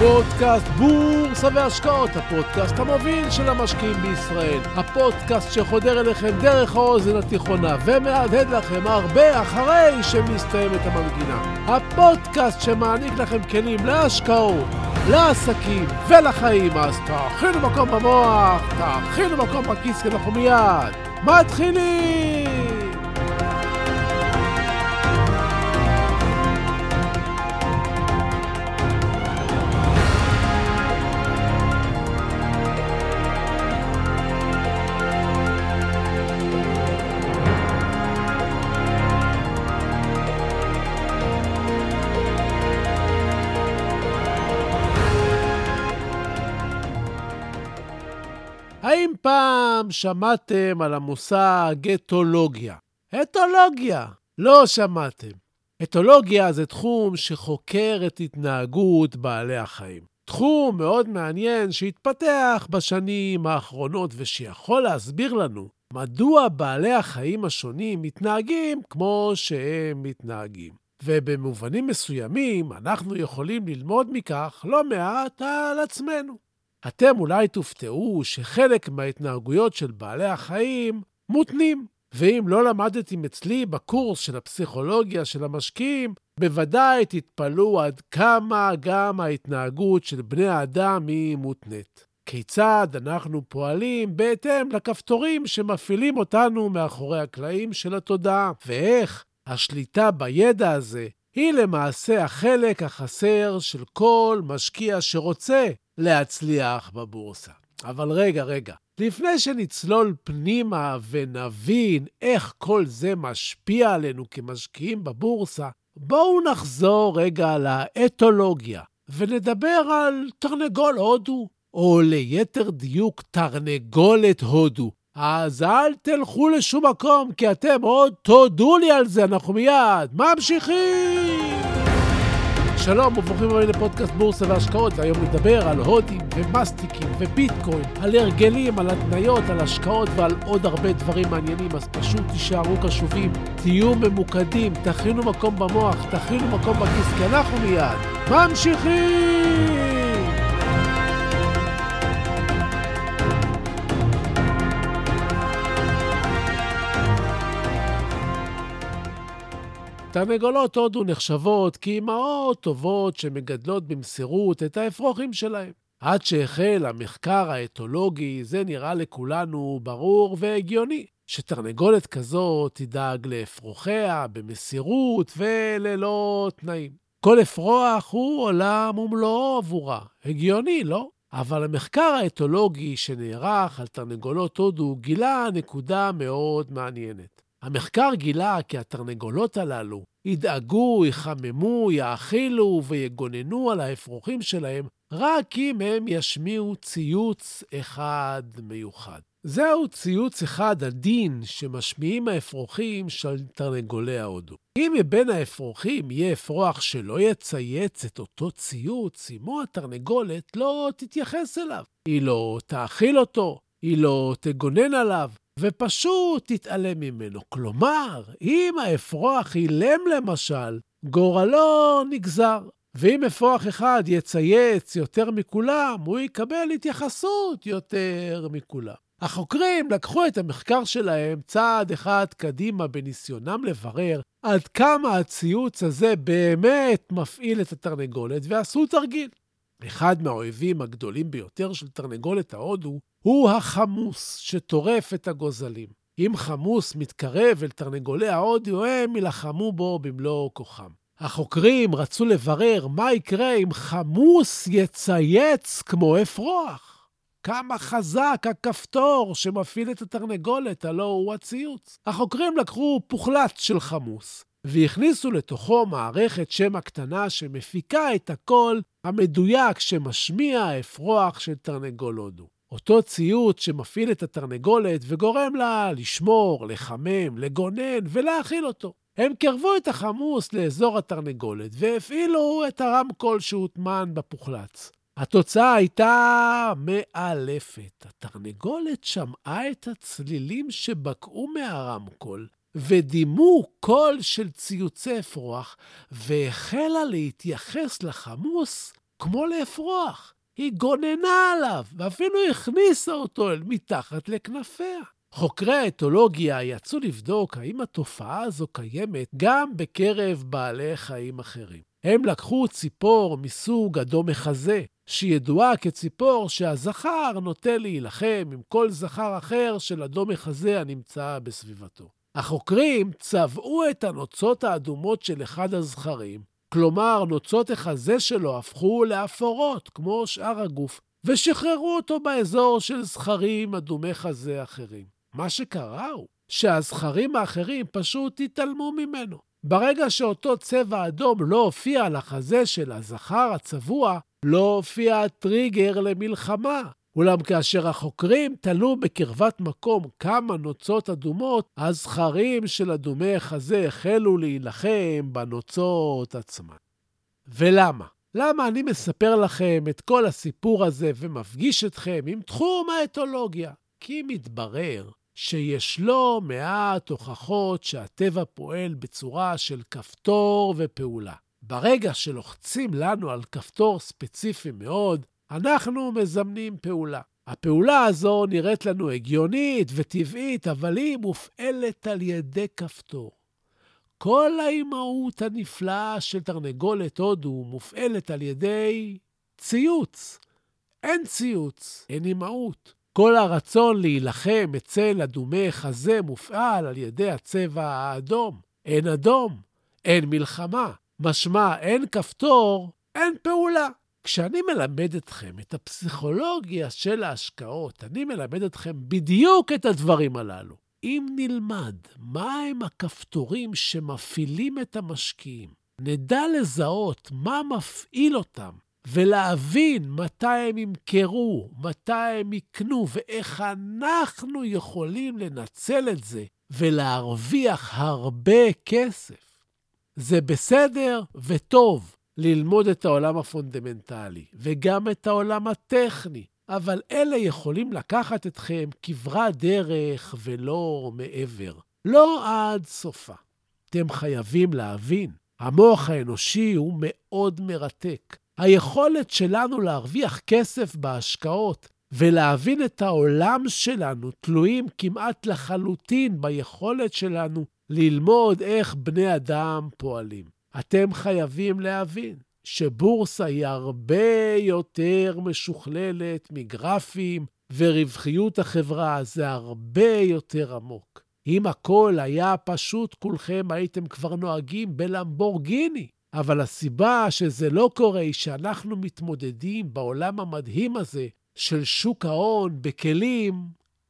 פודקאסט בורסה והשקעות, הפודקאסט המוביל של המשקיעים בישראל. הפודקאסט שחודר אליכם דרך האוזן התיכונה ומהדהד לכם הרבה אחרי שמסתיימת המנגינה. הפודקאסט שמעניק לכם כלים להשקעות, לעסקים ולחיים. אז תאכינו מקום במוח, תאכינו מקום בכיס, כי אנחנו מיד מתחילים. האם פעם שמעתם על המושג אתולוגיה? אתולוגיה, לא שמעתם. אתולוגיה זה תחום שחוקר את התנהגות בעלי החיים. תחום מאוד מעניין שהתפתח בשנים האחרונות ושיכול להסביר לנו מדוע בעלי החיים השונים מתנהגים כמו שהם מתנהגים. ובמובנים מסוימים אנחנו יכולים ללמוד מכך לא מעט על עצמנו. אתם אולי תופתעו שחלק מההתנהגויות של בעלי החיים מותנים. ואם לא למדתם אצלי בקורס של הפסיכולוגיה של המשקיעים, בוודאי תתפלאו עד כמה גם ההתנהגות של בני האדם היא מותנית. כיצד אנחנו פועלים בהתאם לכפתורים שמפעילים אותנו מאחורי הקלעים של התודעה, ואיך השליטה בידע הזה היא למעשה החלק החסר של כל משקיע שרוצה להצליח בבורסה. אבל רגע, לפני שנצלול פנימה ונבין איך כל זה משפיע עלינו כמשקיעים בבורסה, בואו נחזור רגע לאתולוגיה ונדבר על תרנגול הודו, או ליתר דיוק תרנגולת הודו. אז אל תלכו לשום מקום, כי אתם עוד תודו לי על זה, אנחנו מיד ממשיכים. שלום וברוכים הבאים לפודקאסט בורסה והשקעות, והיום נדבר על הודים ומסטיקים וביטקוין, על הרגלים, על התניות, על השקעות ועל עוד הרבה דברים מעניינים. אז פשוט תישארו קשובים, תהיו ממוקדים, תכינו מקום במוח, תכינו מקום בכיס, כי אנחנו מיד ממשיכים. תרנגולות הודו נחשבות כאימהות טובות שמגדלות במסירות את האפרוחים שלהם. עד שהחל המחקר האתולוגי, זה נראה לכולנו ברור והגיוני, שתרנגולת כזאת תדאג לאפרוחיה במסירות וללא תנאים. כל אפרוח הוא עולם ומלואו עבורה. הגיוני, לא? אבל המחקר האתולוגי שנערך על תרנגולות הודו גילה נקודה מאוד מעניינת. המחקר גילה כי התרנגולות הללו ידאגו, יחממו, יאכילו ויגוננו על האפרוחים שלהם רק אם הם ישמיעו ציוץ אחד מיוחד. זהו ציוץ אחד עדין שמשמיעים האפרוחים של תרנגולי ההודו. אם מבין האפרוחים יהיה אפרוח שלא יצייץ את אותו ציוץ, אמו התרנגולת לא תתייחס אליו. היא לא תאכיל אותו, היא לא תגונן עליו, ופשוט תתעלם ממנו. כלומר, אם האפרוח אילם למשל, גורלו נגזר. ואם אפרוח אחד יצייץ יותר מכולם, הוא יקבל התייחסות יותר מכולם. החוקרים לקחו את המחקר שלהם צעד אחד קדימה בניסיונם לברר עד כמה הציוץ הזה באמת מפעיל את התרנגולת, ועשו תרגיל. אחד מהאויבים הגדולים ביותר של תרנגולת ההודו הוא החמוס שטורף את הגוזלים. אם חמוס מתקרב אל תרנגולי ההודו, הם ילחמו בו במלוא כוחם. החוקרים רצו לברר מה יקרה אם חמוס יצייץ כמו אפרוח. כמה חזק הכפתור שמפעיל את התרנגולת, הלא הוא הציוץ. החוקרים לקחו פוחלץ של חמוס והכניסו לתוכו מערכת שמע קטנה שמפיקה את הקול המדויק שמשמיע האפרוח של תרנגול הודו. אותו ציוץ שמפעיל את התרנגולת וגורם לה לשמור, לחמם, לגונן ולהאכיל אותו. הם קרבו את החמוס לאזור התרנגולת והפעילו את הרמקול שהוטמן בפוחלץ. התוצאה הייתה מאלפת. התרנגולת שמעה את הצלילים שבקעו מהרמקול ודימו קול של ציוצי אפרוח, והחלה להתייחס לחמוס כמו לאפרוח. היא גוננה עליו, ואפילו הכניסה אותו אל מתחת לכנפיה. חוקרי האתולוגיה יצאו לבדוק האם התופעה הזו קיימת גם בקרב בעלי חיים אחרים. הם לקחו ציפור מסוג אדום מחזה, שידועה כציפור שהזכר נוטה להילחם עם כל זכר אחר של אדום מחזה הנמצא בסביבתו. החוקרים צבעו את הנוצות האדומות של אחד הזכרים, כלומר נוצות החזה שלו הפכו לאפורות כמו שאר הגוף, ושחררו אותו באזור של זכרים אדומי חזה אחרים. מה שקרה הוא שהזכרים האחרים פשוט התעלמו ממנו. ברגע שאותו צבע אדום לא הופיע על החזה של הזכר הצבוע, לא הופיע הטריגר למלחמה. אולם כאשר החוקרים תלו בקרבת מקום כמה נוצות אדומות, הזכרים של אדומי חזה החלו להילחם בנוצות עצמן. ולמה? למה אני מספר לכם את כל הסיפור הזה ומפגיש אתכם עם תחום האתולוגיה? כי מתברר שיש לא מעט הוכחות שהטבע פועל בצורה של כפתור ופעולה. ברגע שלוחצים לנו על כפתור ספציפי מאוד, אנחנו מזמנים פעולה. הפעולה הזו נראית לנו הגיונית וטבעית, אבל היא מופעלת על ידי כפתור. כל האימהות הנפלאה של תרנגולת הודו מופעלת על ידי ציוץ. אין ציוץ, אין אימהות. כל הרצון להילחם אצל אדומי חזה מופעל על ידי הצבע האדום. אין אדום, אין מלחמה. משמע, אין כפתור, אין פעולה. כשאני מלמד אתכם את הפסיכולוגיה של ההשקעות, אני מלמד אתכם בדיוק את הדברים הללו. אם נלמד מה הם הכפתורים שמפעילים את המשקיעים, נדע לזהות מה מפעיל אותם, ולהבין מתי הם ימכרו, מתי הם יקנו, ואיך אנחנו יכולים לנצל את זה ולהרוויח הרבה כסף. זה בסדר וטוב ללמוד את העולם הפונדמנטלי וגם את העולם הטכני, אבל אלה יכולים לקחת אתכם כברת דרך ולא מעבר. לא עד סופה. אתם חייבים להבין, המוח האנושי הוא מאוד מרתק. היכולת שלנו להרוויח כסף בהשקעות ולהבין את העולם שלנו תלויים כמעט לחלוטין ביכולת שלנו ללמוד איך בני אדם פועלים. אתם חייבים להבין שבורסה היא הרבה יותר משוכללת מגרפים, ורווחיות החברה זה הרבה יותר עמוק. אם הכל היה פשוט, כולכם הייתם כבר נוהגים בלמבורגיני. אבל הסיבה שזה לא קורה היא שאנחנו מתמודדים בעולם המדהים הזה של שוק ההון בכלים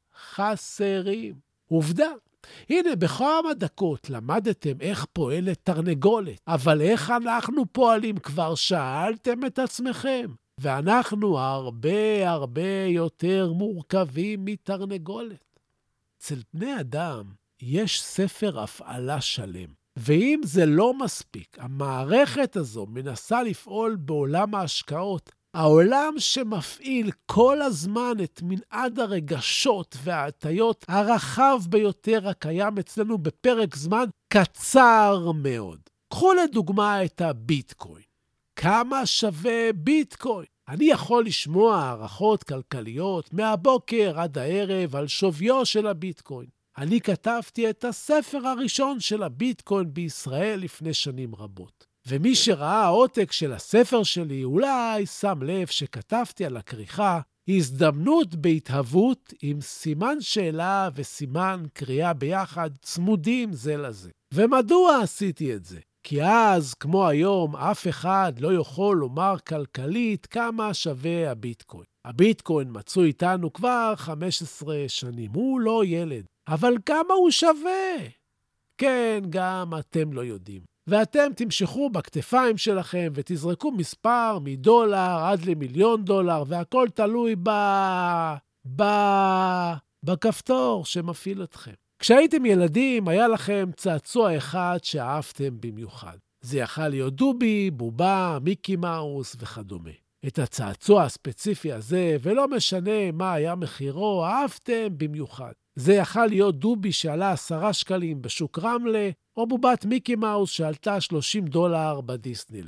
חסרים. עובדה. הנה, בכמה דקות למדתם איך פועלת תרנגולת, אבל איך אנחנו פועלים כבר שאלתם את עצמכם? ואנחנו הרבה יותר מורכבים מתרנגולת. אצל בני אדם יש ספר הפעלה שלם. ואם זה לא מספיק, המערכת הזו מנסה לפעול בעולם ההשקעות, העולם שמפעיל כל הזמן את מנעד הרגשות וההטיות הרחב ביותר הקיים אצלנו בפרק זמן קצר מאוד. קחו לדוגמה את הביטקוין. כמה שווה ביטקוין? אני יכול לשמוע הערכות כלכליות מהבוקר עד הערב על שוויו של הביטקוין. אני כתבתי את הספר הראשון של הביטקוין בישראל לפני שנים רבות. ומי שראה העותק של הספר שלי אולי שם לב שכתבתי על הכריכה הזדמנות בהתהוות עם סימן שאלה וסימן קריאה ביחד צמודים זה לזה. ומדוע עשיתי את זה? כי אז, כמו היום, אף אחד לא יכול לומר כלכלית כמה שווה הביטקוין. הביטקוין מצוי איתנו כבר 15 שנים, הוא לא ילד. אבל כמה הוא שווה? כן, גם אתם לא יודעים. ואתם תמשכו בכתפיים שלכם ותזרקו מספר מדולר עד $1,000,000, והכל תלוי בכפתור שמפעיל אתכם. כשהייתם ילדים, היה לכם צעצוע אחד שאהבתם במיוחד. זה יכול להיות דובי, בובה, מיקי מאוס וכדומה. את הצעצוע הספציפי הזה, ולא משנה מה היה מחירו, אהבתם במיוחד. זה יכול להיות דובי שעלה 10 שקלים בשוק רמלה, או בובת מיקי מאוס שעלתה $30 בדיסנילנד.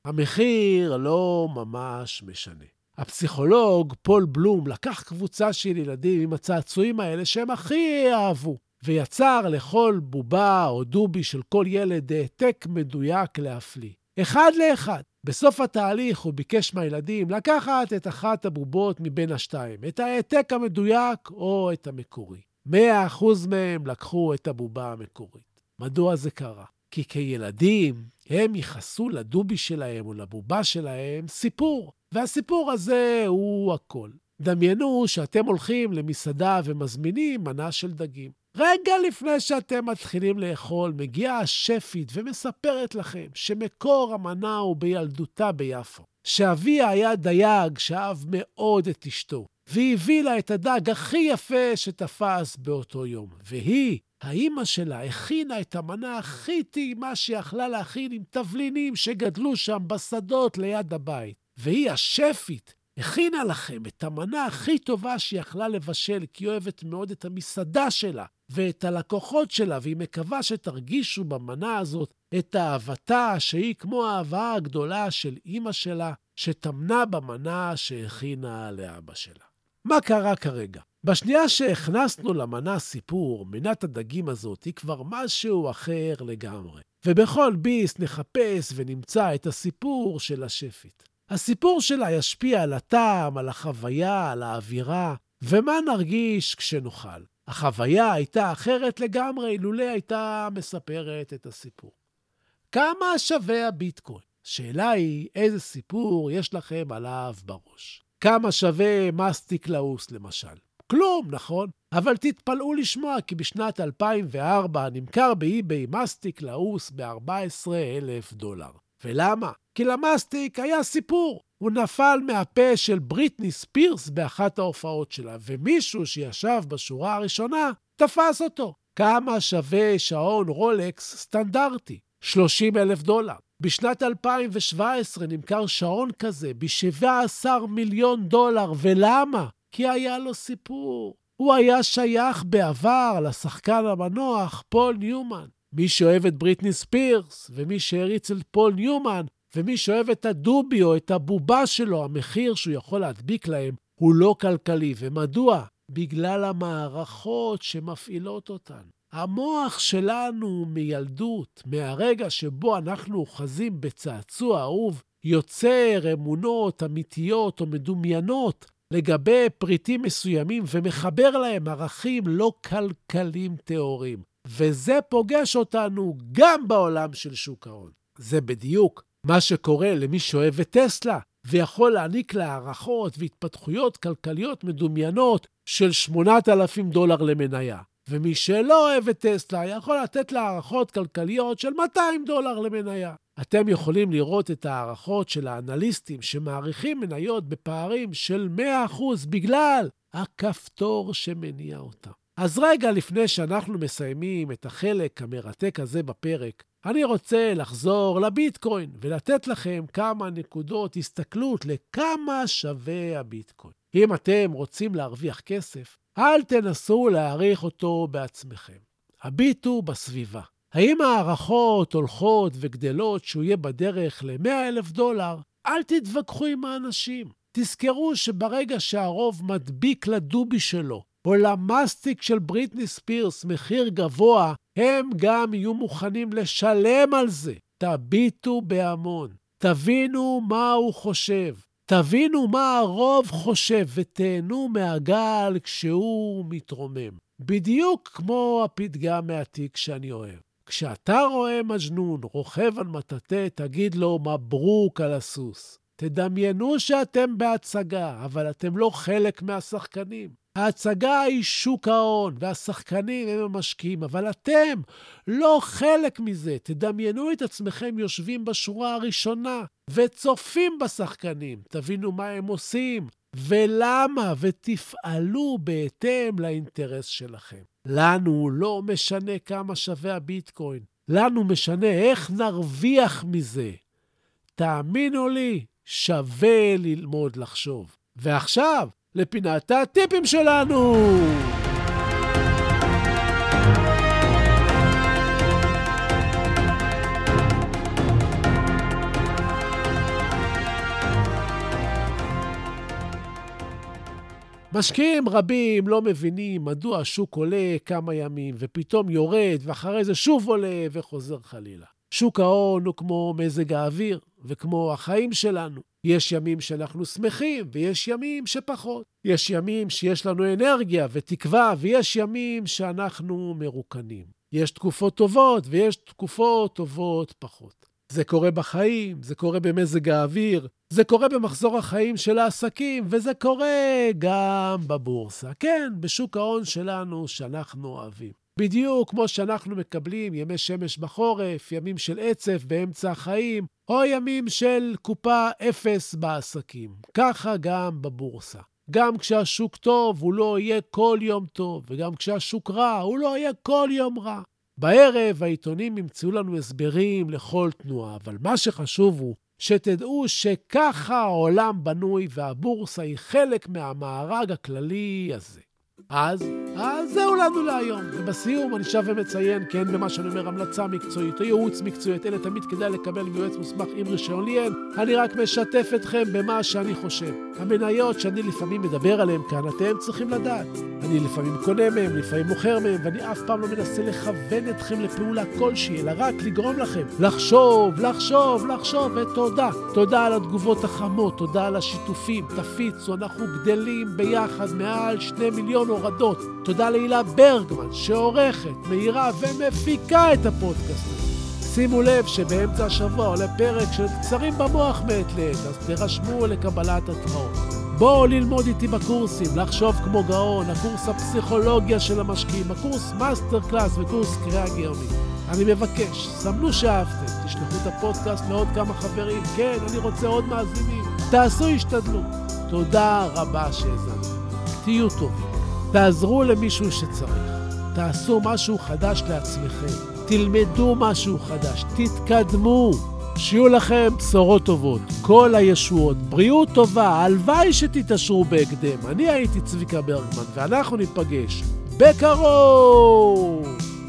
המחיר לא ממש משנה. הפסיכולוג פול בלום לקח קבוצה של ילדים עם הצעצועים האלה שהם הכי אהבו, ויצר לכל בובה או דובי של כל ילד העתק מדויק להפליא. אחד לאחד. בסוף התהליך הוא ביקש מהילדים לקחת את אחת הבובות מבין השתיים, את העתק המדויק או את המקורי. 100% מהם לקחו את הבובה המקורית. מדוע זה קרה? כי כילדים הם ייחסו לדובי שלהם או לבובה שלהם סיפור, והסיפור הזה הוא הכל. דמיינו שאתם הולכים למסעדה ומזמינים מנה של דגים. רגע לפני שאתם מתחילים לאכול, מגיעה השפית ומספרת לכם שמקור המנה הוא בילדותה ביפו. שאביה היה דייג שאהב מאוד את אשתו, והיא הביא לה את הדג הכי יפה שתפס באותו יום. והיא, האמא שלה, הכינה את המנה הכי טעימה שיכלה להכין עם תבלינים שגדלו שם בשדות ליד הבית. והיא, השפית, הכינה לכם את המנה הכי טובה שיכלה לבשל, כי היא אוהבת מאוד את המסעדה שלה ואת הלקוחות שלה, והיא מקווה שתרגישו במנה הזאת את אהבתה שהיא כמו האהבה הגדולה של אמא שלה, שתמנה במנה שהכינה לאבא שלה. מה קרה כרגע? בשנייה שהכנסנו למנה סיפור, מנת הדגים הזאת היא כבר משהו אחר לגמרי. ובכל ביס נחפש ונמצא את הסיפור של השפית. הסיפור שלה ישפיע על הטעם, על החוויה, על האווירה, ומה נרגיש כשנאכל. החוויה הייתה אחרת לגמרי אילולא הייתה מספרת את הסיפור. כמה שווה הביטקוין? שאלה היא איזה סיפור יש לכם עליו בראש. כמה שווה מסטיק לעוס למשל? כלום, נכון? אבל תתפלאו לשמוע כי בשנת 2004 נמכר באי-ביי מסטיק לעוס $14,000. ולמה? כי למסטיק היה סיפור. הוא נפל מהפה של בריטני ספירס באחת ההופעות שלה, ומישהו שישב בשורה הראשונה תפס אותו. כמה שווה שעון רולקס סטנדרטי? $30,000. בשנת 2017 נמכר שעון כזה ב$17 מיליון. ולמה? כי היה לו סיפור. הוא היה שייך בעבר לשחקן המנוח פול ניומן. מי שאוהב את בריטני ספירס, ומי שהריץ את פול ניומן, ומי שאוהב את הדובי או את הבובה שלו, המחיר שהוא יכול להדביק להם הוא לא כלכלי. ומדוע? בגלל המערכות שמפעילות אותן. המוח שלנו מילדות, מהרגע שבו אנחנו אוחזים בצעצוע אהוב, יוצר אמונות אמיתיות או מדומיינות לגבי פריטים מסוימים ומחבר להם ערכים לא כלכליים תיאוריים. וזה פוגש אותנו גם בעולם של שוק ההון. זה בדיוק מה שקורה למי שאוהב את טסלה, ויכול להעניק לה הערכות והתפתחויות כלכליות מדומיינות של $8,000 למניה. ומי שלא אוהב את טסלה יכול לתת לה הערכות כלכליות של $200 למניה. אתם יכולים לראות את הערכות של האנליסטים שמעריכים מניות בפערים של 100% בגלל הכפתור שמניע אותם. אז רגע לפני שאנחנו מסיימים את החלק המרתק הזה בפרק, אני רוצה לחזור לביטקוין ולתת לכם כמה נקודות הסתכלות לכמה שווה הביטקוין. אם אתם רוצים להרוויח כסף, אל תנסו להעריך אותו בעצמכם. הביטו בסביבה. האם הערכות הולכות וגדלות שהוא יהיה בדרך $100,000? אל תתווכחו עם האנשים. תזכרו שברגע שהרוב מדביק לדובי שלו, או למסטיק של בריטני ספירס מחיר גבוה, הם גם יהיו מוכנים לשלם על זה. תביטו בהמון. תבינו מה הוא חושב. תבינו מה הרוב חושב ותהנו מהגל כשהוא מתרומם. בדיוק כמו הפתגם מהתיק שאני אוהב. כשאתה רואה מג'נון רוכב על מטאטא, תגיד לו מברוק על הסוס. תדמיינו שאתם בהצגה, אבל אתם לא חלק מהשחקנים. ההצגה היא שוק ההון, והשחקנים הם המשקיעים, אבל אתם לא חלק מזה. תדמיינו את עצמכם יושבים בשורה הראשונה, וצופים בשחקנים. תבינו מה הם עושים, ולמה, ותפעלו בהתאם לאינטרס שלכם. לנו לא משנה כמה שווה הביטקוין, לנו משנה איך נרוויח מזה. תאמינו לי, שווה ללמוד לחשוב. ועכשיו, לפינת הטיפים שלנו. משקיעים רבים לא מבינים מדוע השוק עולה כמה ימים ופתאום יורד ואחרי זה שוב עולה וחוזר חלילה. שוק ההון הוא כמו מזג האוויר וכמו החיים שלנו. יש ימים שאנחנו שמחים ויש ימים שפחות. יש ימים שיש לנו אנרגיה ותקווה ויש ימים שאנחנו מרוקנים. יש תקופות טובות ויש תקופות טובות פחות. זה קורה בחיים, זה קורה במזג האוויר, זה קורה במחזור החיים של העסקים, וזה קורה גם בבורסה. כן, בשוק ההון שלנו שאנחנו אוהבים. בדיוק כמו שאנחנו מקבלים ימי שמש בחורף, ימים של עצב באמצע החיים, או ימים של קופה אפס בעסקים. ככה גם בבורסה. גם כשהשוק טוב, הוא לא יהיה כל יום טוב, וגם כשהשוק רע, הוא לא יהיה כל יום רע. בערב העיתונים ימצאו לנו הסברים לכל תנועה, אבל מה שחשוב הוא שתדעו שככה העולם בנוי והבורסה היא חלק מהמארג הכללי הזה. אז זהו לנו להיום. ובסיום אני שב ומציין, כן, במה שאני אומר, המלצה מקצועית או ייעוץ מקצועית, אלה תמיד כדאי לקבל מיועץ מוסמך עם רישיון ליאן. אני רק משתף אתכם במה שאני חושב. המניות שאני לפעמים מדבר עליהן כאן, אתם צריכים לדעת. אני לפעמים קונה מהם, לפעמים מוכר מהם, ואני אף פעם לא מנסה לכוון אתכם לפעולה כלשהי, אלא רק לגרום לכם לחשוב, ותודה. תודה על התגובות החמות, תודה על השיתופים, תפיצו, אנחנו גדלים ביחד מעל 2 מיליון הורדות. תודה להילה ברגמן, שעורכת, מהירה ומפיקה את הפודקאסט הזה. שימו לב שבאמצע השבוע עולה פרק של קצרים במוח מעת לעת, אז תרשמו לקבלת התראות. בואו ללמוד איתי בקורסים, לחשוב כמו גאון, הקורס הפסיכולוגיה של המשקיעים, הקורס מאסטר קלאס וקורס קריאה גאונית. אני מבקש, סמנו שאהבתם, תשלחו את הפודקאסט לעוד כמה חברים, כן, אני רוצה עוד מאזינים, תעשו השתדלות. תודה רבה שהאזנתם. תהיו טובים, תעזרו למישהו שצריך, תעשו משהו חדש לעצמכם, תלמדו משהו חדש, תתקדמו, שיהיו לכם בשורות טובות, כל הישועות, בריאות טובה, הלוואי שתתעשרו בהקדם. אני הייתי צביקה ברגמן ואנחנו ניפגש בקרוב.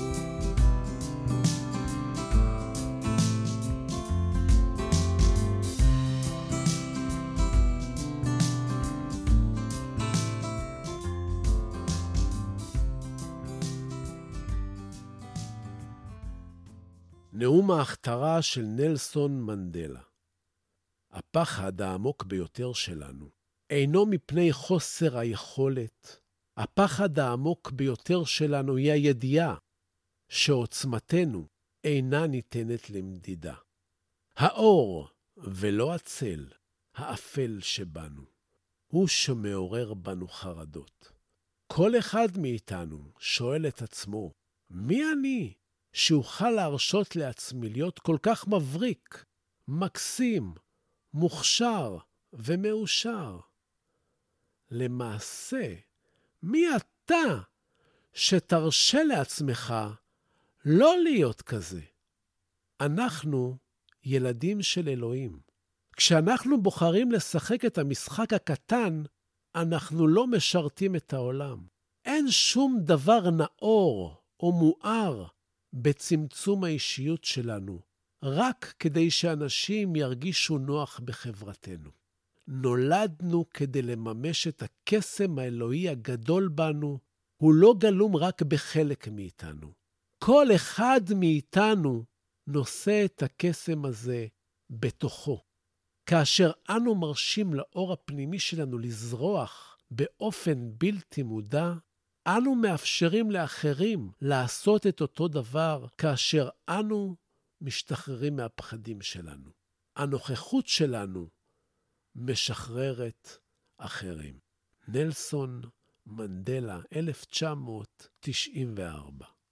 נאום ההכתרה של נלסון מנדלה. הפחד העמוק ביותר שלנו אינו מפני חוסר היכולת. הפחד העמוק ביותר שלנו היא הידיעה שעוצמתנו אינה ניתנת למדידה. האור ולא הצל, האפל שבנו, הוא שמעורר בנו חרדות. כל אחד מאיתנו שואל את עצמו, מי אני? שאוכל להרשות לעצמי להיות כל כך מבריק, מקסים, מוכשר ומאושר. למעשה, מי אתה שתרשה לעצמך לא להיות כזה? אנחנו ילדים של אלוהים. כשאנחנו בוחרים לשחק את המשחק הקטן, אנחנו לא משרתים את העולם. אין שום דבר נאור או מואר בצמצום האישיות שלנו, רק כדי שאנשים ירגישו נוח בחברתנו. נולדנו כדי לממש את הקסם האלוהי הגדול בנו, הוא לא גלום רק בחלק מאיתנו. כל אחד מאיתנו נושא את הקסם הזה בתוכו. כאשר אנו מרשים לאור הפנימי שלנו לזרוח באופן בלתי מודע, אנו מאפשרים לאחרים לעשות את אותו דבר כאשר אנו משתחררים מהפחדים שלנו. הנוכחות שלנו משחררת אחרים. נלסון מנדלה, 1994.